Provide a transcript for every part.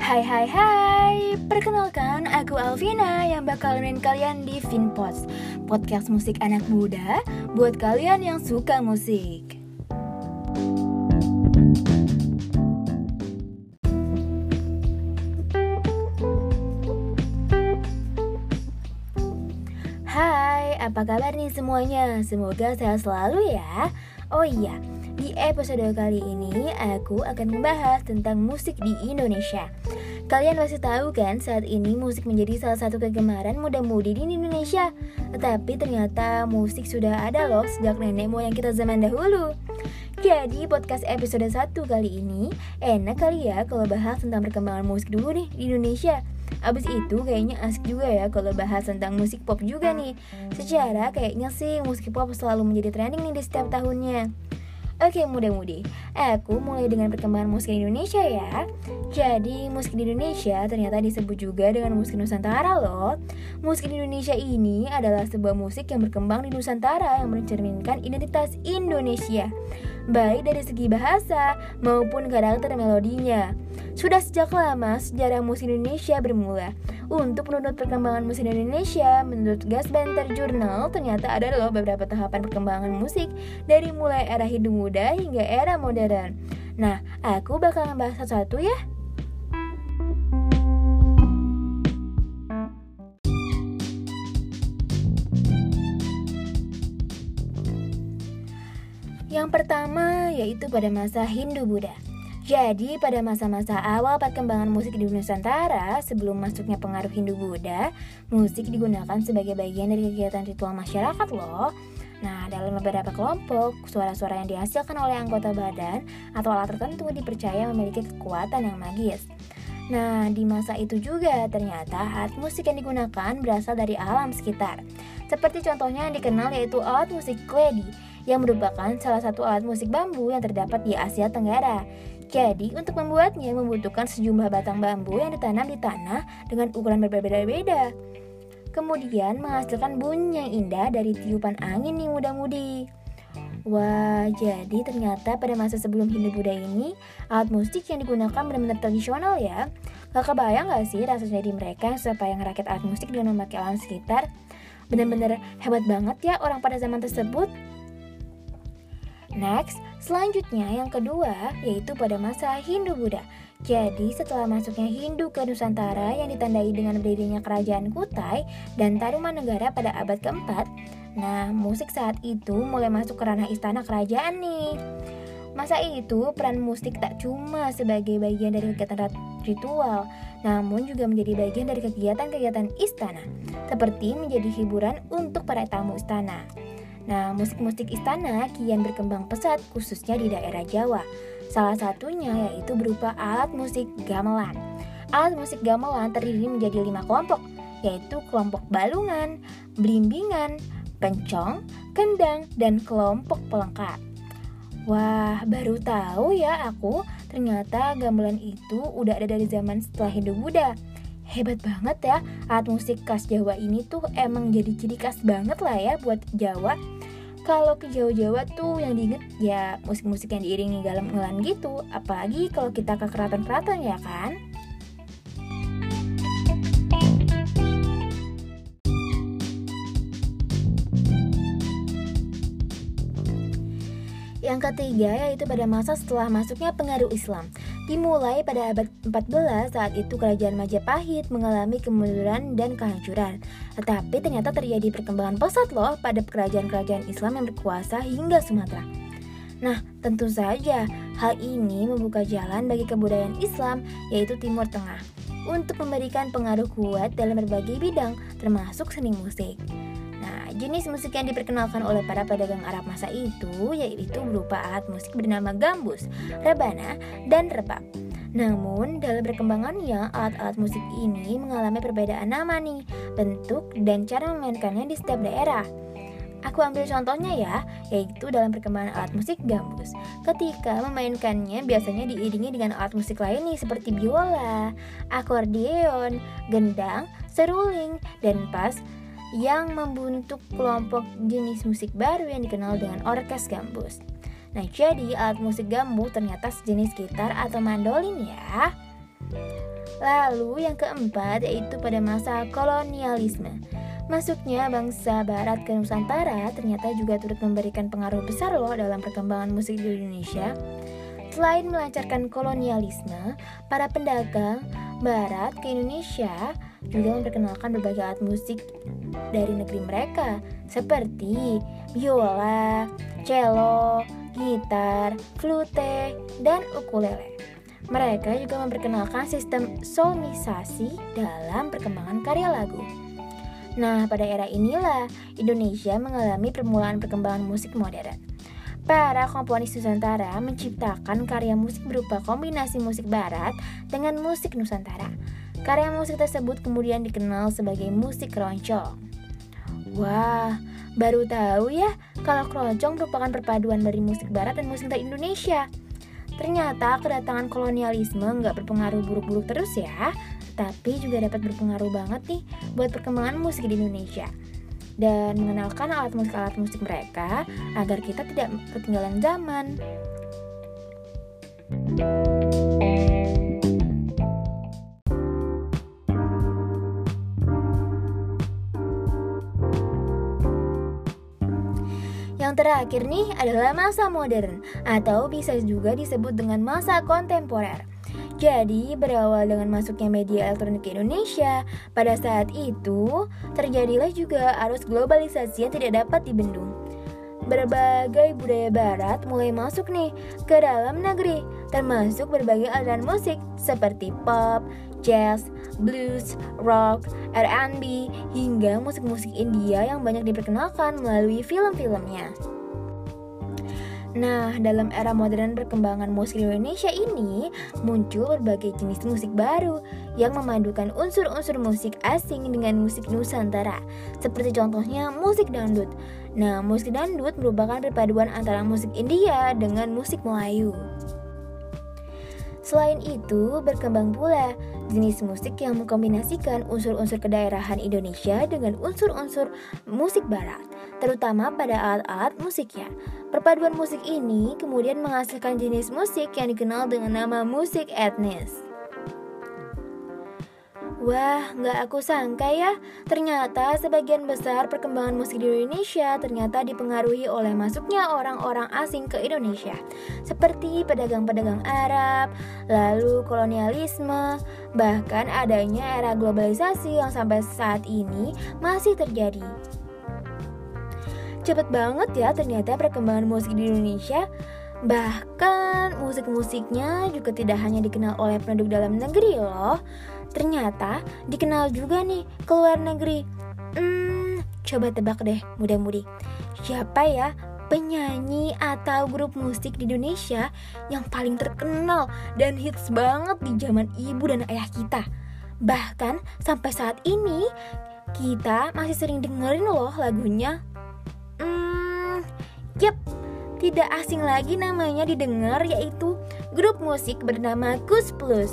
Hai, perkenalkan aku Alvina yang bakal nemenin kalian di Vinpods, podcast musik anak muda buat kalian yang suka musik. Hai, apa kabar nih semuanya? Semoga sehat selalu ya. Oh iya, di episode kali ini aku akan membahas tentang musik di Indonesia. Kalian pasti tahu kan, saat ini musik menjadi salah satu kegemaran muda-mudi di Indonesia. Tetapi ternyata musik sudah ada loh sejak nenek moyang kita zaman dahulu. Jadi podcast episode 1 kali ini enak kali ya kalau bahas tentang perkembangan musik dulu nih di Indonesia. Abis itu kayaknya asik juga ya kalau bahas tentang musik pop juga nih. Secara kayaknya sih musik pop selalu menjadi trending nih di setiap tahunnya. Oke muda-mudi, aku mulai dengan perkembangan musik di Indonesia ya. Jadi musik di Indonesia ternyata disebut juga dengan musik Nusantara loh. Musik di Indonesia ini adalah sebuah musik yang berkembang di Nusantara yang mencerminkan identitas Indonesia, baik dari segi bahasa maupun karakter melodinya. Sudah sejak lama sejarah musik Indonesia bermula. Untuk menurut perkembangan musik Indonesia, menurut Gasbanter Journal, ternyata ada loh beberapa tahapan perkembangan musik dari mulai era Hindu muda hingga era modern. Nah, aku bakal ngebahas satu-satu ya. Yang pertama yaitu pada masa Hindu-Buddha. Jadi pada masa-masa awal perkembangan musik di Nusantara, sebelum masuknya pengaruh Hindu-Buddha, musik digunakan sebagai bagian dari kegiatan ritual masyarakat loh. Nah, dalam beberapa kelompok, suara-suara yang dihasilkan oleh anggota badan atau alat tertentu dipercaya memiliki kekuatan yang magis. Nah, di masa itu juga ternyata alat musik yang digunakan berasal dari alam sekitar. Seperti contohnya yang dikenal yaitu alat musik kledi, yang merupakan salah satu alat musik bambu yang terdapat di Asia Tenggara. Jadi, untuk membuatnya membutuhkan sejumlah batang bambu yang ditanam di tanah dengan ukuran berbeda-beda. Kemudian menghasilkan bunyi yang indah dari tiupan angin nih muda-mudi. Wah, jadi ternyata pada masa sebelum Hindu-Buddha ini, alat musik yang digunakan benar-benar tradisional ya. Gak kebayang gak sih rasanya di mereka supaya ngerakit alat musik dengan memakai alam sekitar? Benar-benar hebat banget ya orang pada zaman tersebut. Next, selanjutnya yang kedua yaitu pada masa Hindu-Buddha. Jadi setelah masuknya Hindu ke Nusantara yang ditandai dengan berdirinya kerajaan Kutai dan Tarumanegara pada abad keempat, nah musik saat itu mulai masuk ke ranah istana kerajaan nih. Masa itu peran musik tak cuma sebagai bagian dari kegiatan ritual, namun juga menjadi bagian dari kegiatan-kegiatan istana, seperti menjadi hiburan untuk para tamu istana. Nah, musik-musik istana kian berkembang pesat khususnya di daerah Jawa. Salah satunya yaitu berupa alat musik gamelan. Alat musik gamelan terdiri menjadi 5 kelompok, yaitu kelompok balungan, blimbingan, pencong, kendang, dan kelompok pelengkap. Wah, baru tahu ya aku, ternyata gamelan itu udah ada dari zaman setelah Hindu-Buddha. Hebat banget ya, alat musik khas Jawa ini tuh emang jadi ciri khas banget lah ya buat Jawa. Kalau ke Jawa-Jawa tuh yang diinget ya musik-musik yang diiringi gamelan gitu. Apalagi kalau kita ke keraton-keraton ya kan. Yang ketiga yaitu pada masa setelah masuknya pengaruh Islam. Dimulai pada abad 14, saat itu kerajaan Majapahit mengalami kemunduran dan kehancuran. Tetapi ternyata terjadi perkembangan pesat loh pada kerajaan-kerajaan Islam yang berkuasa hingga Sumatera. Nah, tentu saja hal ini membuka jalan bagi kebudayaan Islam yaitu Timur Tengah untuk memberikan pengaruh kuat dalam berbagai bidang termasuk seni musik. Nah, jenis musik yang diperkenalkan oleh para pedagang Arab masa itu yaitu berupa alat musik bernama gambus, rebana, dan rebab. Namun, dalam perkembangannya, alat-alat musik ini mengalami perbedaan nama nih, bentuk, dan cara memainkannya di setiap daerah. Aku ambil contohnya ya, yaitu dalam perkembangan alat musik gambus. Ketika memainkannya biasanya diiringi dengan alat musik lain nih seperti biola, akordeon, gendang, seruling, dan pas, yang membentuk kelompok jenis musik baru yang dikenal dengan orkes gambus. Nah, jadi alat musik gambus ternyata sejenis gitar atau mandolin ya. Lalu yang keempat yaitu pada masa kolonialisme. Masuknya bangsa barat ke Nusantara ternyata juga turut memberikan pengaruh besar loh dalam perkembangan musik di Indonesia. Selain melancarkan kolonialisme, para pendagang barat ke Indonesia juga memperkenalkan berbagai alat musik dari negeri mereka seperti biola, cello, gitar, flute, dan ukulele. Mereka juga memperkenalkan sistem solmisasi dalam perkembangan karya lagu. Nah, pada era inilah Indonesia mengalami permulaan perkembangan musik modern. Para komponis Nusantara menciptakan karya musik berupa kombinasi musik barat dengan musik Nusantara. Karya musik tersebut kemudian dikenal sebagai musik keroncong. Wah, baru tahu ya kalau keroncong merupakan perpaduan dari musik barat dan musik Indonesia. Ternyata kedatangan kolonialisme nggak berpengaruh buruk-buruk terus ya, tapi juga dapat berpengaruh banget nih buat perkembangan musik di Indonesia. Dan mengenalkan alat musik mereka agar kita tidak ketinggalan zaman. Yang terakhir nih adalah masa modern atau bisa juga disebut dengan masa kontemporer. Jadi berawal dengan masuknya media elektronik ke Indonesia, pada saat itu terjadilah juga arus globalisasi yang tidak dapat dibendung. Berbagai budaya barat mulai masuk nih ke dalam negeri, termasuk berbagai aliran musik seperti pop, jazz, blues, rock, R&B, hingga musik-musik India yang banyak diperkenalkan melalui film-filmnya. Nah, dalam era modern perkembangan musik di Indonesia ini muncul berbagai jenis musik baru yang memadukan unsur-unsur musik asing dengan musik Nusantara. Seperti contohnya musik dangdut. Nah, musik dangdut merupakan perpaduan antara musik India dengan musik Melayu. Selain itu, berkembang pula jenis musik yang mengkombinasikan unsur-unsur kedaerahan Indonesia dengan unsur-unsur musik barat, terutama pada alat-alat musiknya. Perpaduan musik ini kemudian menghasilkan jenis musik yang dikenal dengan nama musik etnis. Wah, nggak aku sangka ya, ternyata sebagian besar perkembangan musik di Indonesia ternyata dipengaruhi oleh masuknya orang-orang asing ke Indonesia, seperti pedagang-pedagang Arab, lalu kolonialisme, bahkan adanya era globalisasi yang sampai saat ini masih terjadi. Cepet banget ya ternyata perkembangan musik di Indonesia. Bahkan musik-musiknya juga tidak hanya dikenal oleh penduduk dalam negeri loh, ternyata dikenal juga nih ke luar negeri. Coba tebak deh muda-mudi, siapa ya penyanyi atau grup musik di Indonesia yang paling terkenal dan hits banget di zaman ibu dan ayah kita? Bahkan sampai saat ini kita masih sering dengerin loh lagunya. Yap, tidak asing lagi namanya didengar, yaitu grup musik bernama Koes Plus.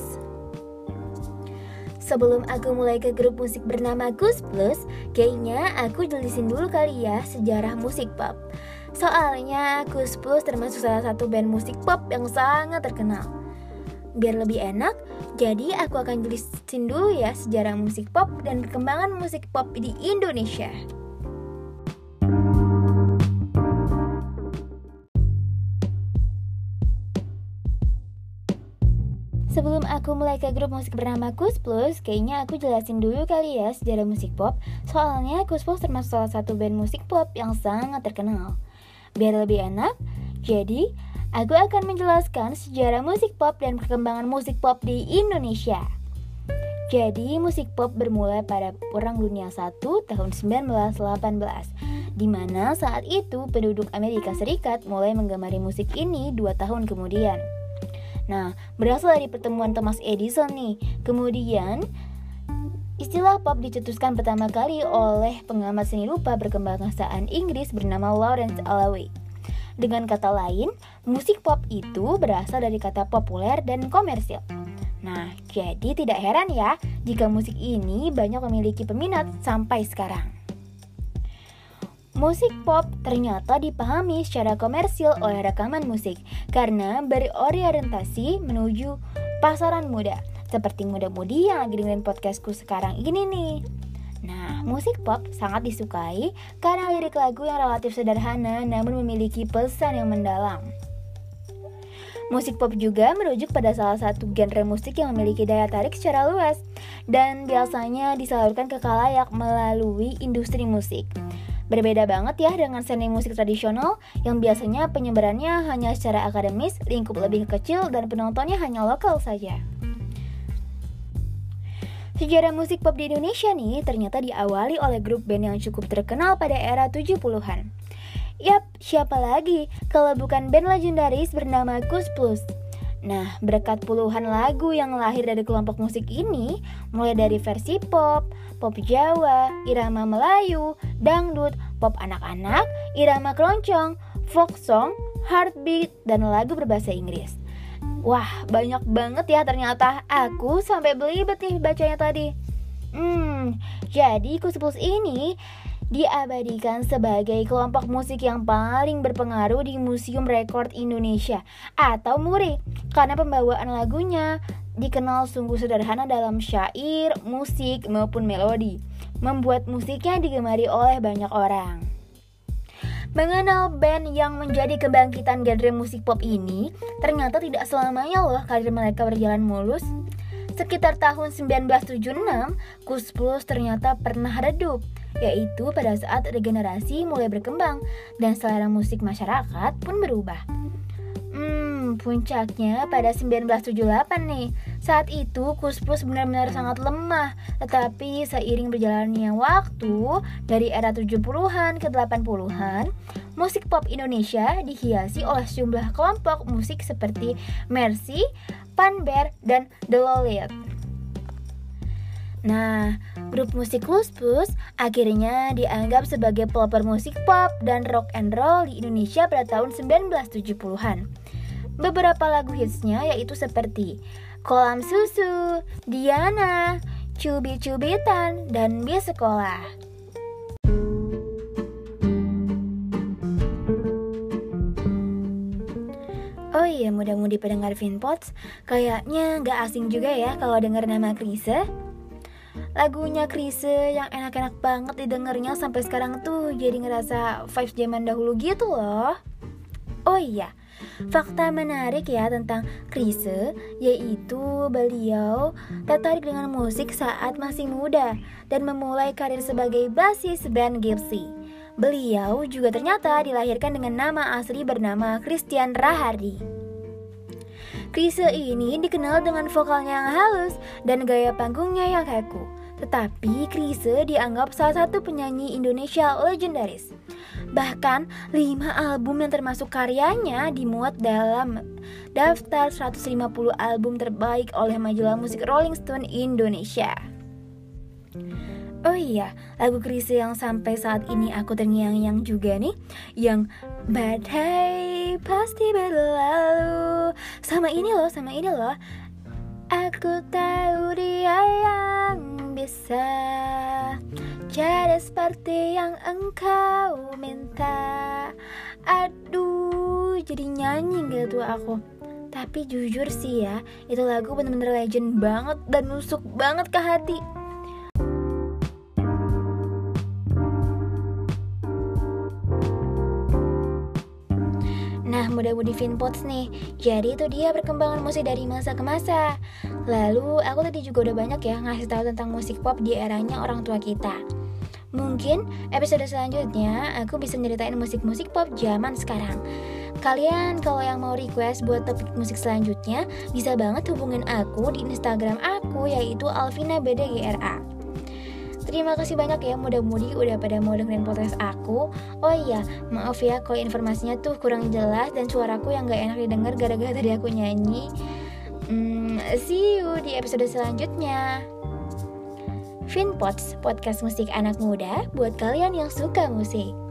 Sebelum aku mulai ke grup musik bernama Koes Plus, kayaknya aku jelasin dulu kali ya sejarah musik pop. Soalnya Koes Plus termasuk salah satu band musik pop yang sangat terkenal. Biar lebih enak, jadi aku akan jelasin dulu ya sejarah musik pop dan perkembangan musik pop di Indonesia. Sebelum aku mulai ke grup musik bernama Koes Plus, kayaknya aku jelasin dulu kali ya sejarah musik pop. Soalnya Koes Plus termasuk salah satu band musik pop yang sangat terkenal. Biar lebih enak, jadi aku akan menjelaskan sejarah musik pop dan perkembangan musik pop di Indonesia. Jadi musik pop bermula pada Perang Dunia I tahun 1918, di mana saat itu penduduk Amerika Serikat mulai menggemari musik ini 2 tahun kemudian. Nah, berasal dari pertemuan Thomas Edison nih. Kemudian, istilah pop dicetuskan pertama kali oleh pengamat seni rupa berkebangsaan Inggris bernama Lawrence Alloway. Dengan kata lain, musik pop itu berasal dari kata populer dan komersil. Nah, jadi tidak heran ya jika musik ini banyak memiliki peminat sampai sekarang. Musik pop ternyata dipahami secara komersil oleh rekaman musik karena berorientasi menuju pasaran muda. seperti muda-mudi yang lagi dengerin podcastku sekarang ini nih. Nah, musik pop sangat disukai karena lirik lagu yang relatif sederhana namun memiliki pesan yang mendalam. Musik pop juga merujuk pada salah satu genre musik yang memiliki daya tarik secara luas dan biasanya disalurkan ke khalayak melalui industri musik. Berbeda banget ya dengan seni musik tradisional yang biasanya penyebarannya hanya secara akademis, lingkup lebih kecil dan penontonnya hanya lokal saja. Sejarah musik pop di Indonesia nih ternyata diawali oleh grup band yang cukup terkenal pada era 70-an. Yap, siapa lagi kalau bukan band legendaris bernama Koes Plus. Nah, berkat puluhan lagu yang lahir dari kelompok musik ini, mulai dari versi pop, pop Jawa, irama Melayu, dangdut, pop anak-anak, irama keroncong, folk song, heartbeat, dan lagu berbahasa Inggris. Wah, banyak banget ya ternyata. Aku sampai belibet nih bacanya tadi. Jadi Koes Plus ini diabadikan sebagai kelompok musik yang paling berpengaruh di Museum Rekor Indonesia atau MURI karena pembawaan lagunya dikenal sungguh sederhana dalam syair, musik maupun melodi, membuat musiknya digemari oleh banyak orang. Mengenal band yang menjadi kebangkitan genre musik pop ini ternyata tidak selamanya loh karir mereka berjalan mulus. Sekitar tahun 1976, Koes Plus ternyata pernah redup, yaitu pada saat regenerasi mulai berkembang dan selera musik masyarakat pun berubah. Puncaknya pada 1978 nih. Saat itu Koes Plus benar-benar sangat lemah, tetapi seiring berjalannya waktu dari era 70-an ke 80-an, musik pop Indonesia dihiasi oleh sejumlah kelompok musik seperti Mercy, Panber, dan The Lolita. Nah, grup musik Koes Plus akhirnya dianggap sebagai pelopor musik pop dan rock and roll di Indonesia pada tahun 1970-an. Beberapa lagu hitsnya yaitu seperti Kolam Susu, Diana, Cubit-Cubitan, dan Bis Sekolah. Oh iya, mudah-mudi pendengar Vinpods, kayaknya gak asing juga ya kalau dengar nama Chrisye. Lagunya Chrisye yang enak-enak banget didengarnya sampai sekarang tuh jadi ngerasa vibes zaman dahulu gitu loh. Oh iya, fakta menarik ya tentang Chrisye yaitu beliau tertarik dengan musik saat masih muda dan memulai karir sebagai bassis band Gypsy. Beliau juga ternyata dilahirkan dengan nama asli bernama Christian Rahardi. Chrisye ini dikenal dengan vokalnya yang halus dan gaya panggungnya yang kaku. Tetapi Chrisye dianggap salah satu penyanyi Indonesia legendaris. Bahkan 5 album yang termasuk karyanya dimuat dalam daftar 150 album terbaik oleh majalah musik Rolling Stone Indonesia. Oh iya, lagu Chrisye yang sampai saat ini aku terngiang-ngiang juga nih, yang badai pasti berlalu. Sama ini loh. Aku tahu dia yang bisa jadi seperti yang engkau minta. Aduh, jadi nyanyi gitu aku. Tapi jujur sih ya, itu lagu bener-bener legend banget dan nusuk banget ke hati. Nah, mudah-mudi Vinpods nih. Jadi itu dia perkembangan musik dari masa ke masa. Lalu aku tadi juga udah banyak ya ngasih tahu tentang musik pop di eranya orang tua kita. Mungkin episode selanjutnya aku bisa nyeritain musik-musik pop zaman sekarang. Kalian kalau yang mau request buat topik musik selanjutnya, bisa banget hubungin aku di Instagram aku yaitu alvinabdgra. Terima kasih banyak ya mudah-mudi udah pada mau dengerin podcast aku. Oh iya, maaf ya kalau informasinya tuh kurang jelas dan suaraku yang gak enak didengar gara-gara tadi aku nyanyi. See you di episode selanjutnya. Vinpods, podcast musik anak muda buat kalian yang suka musik.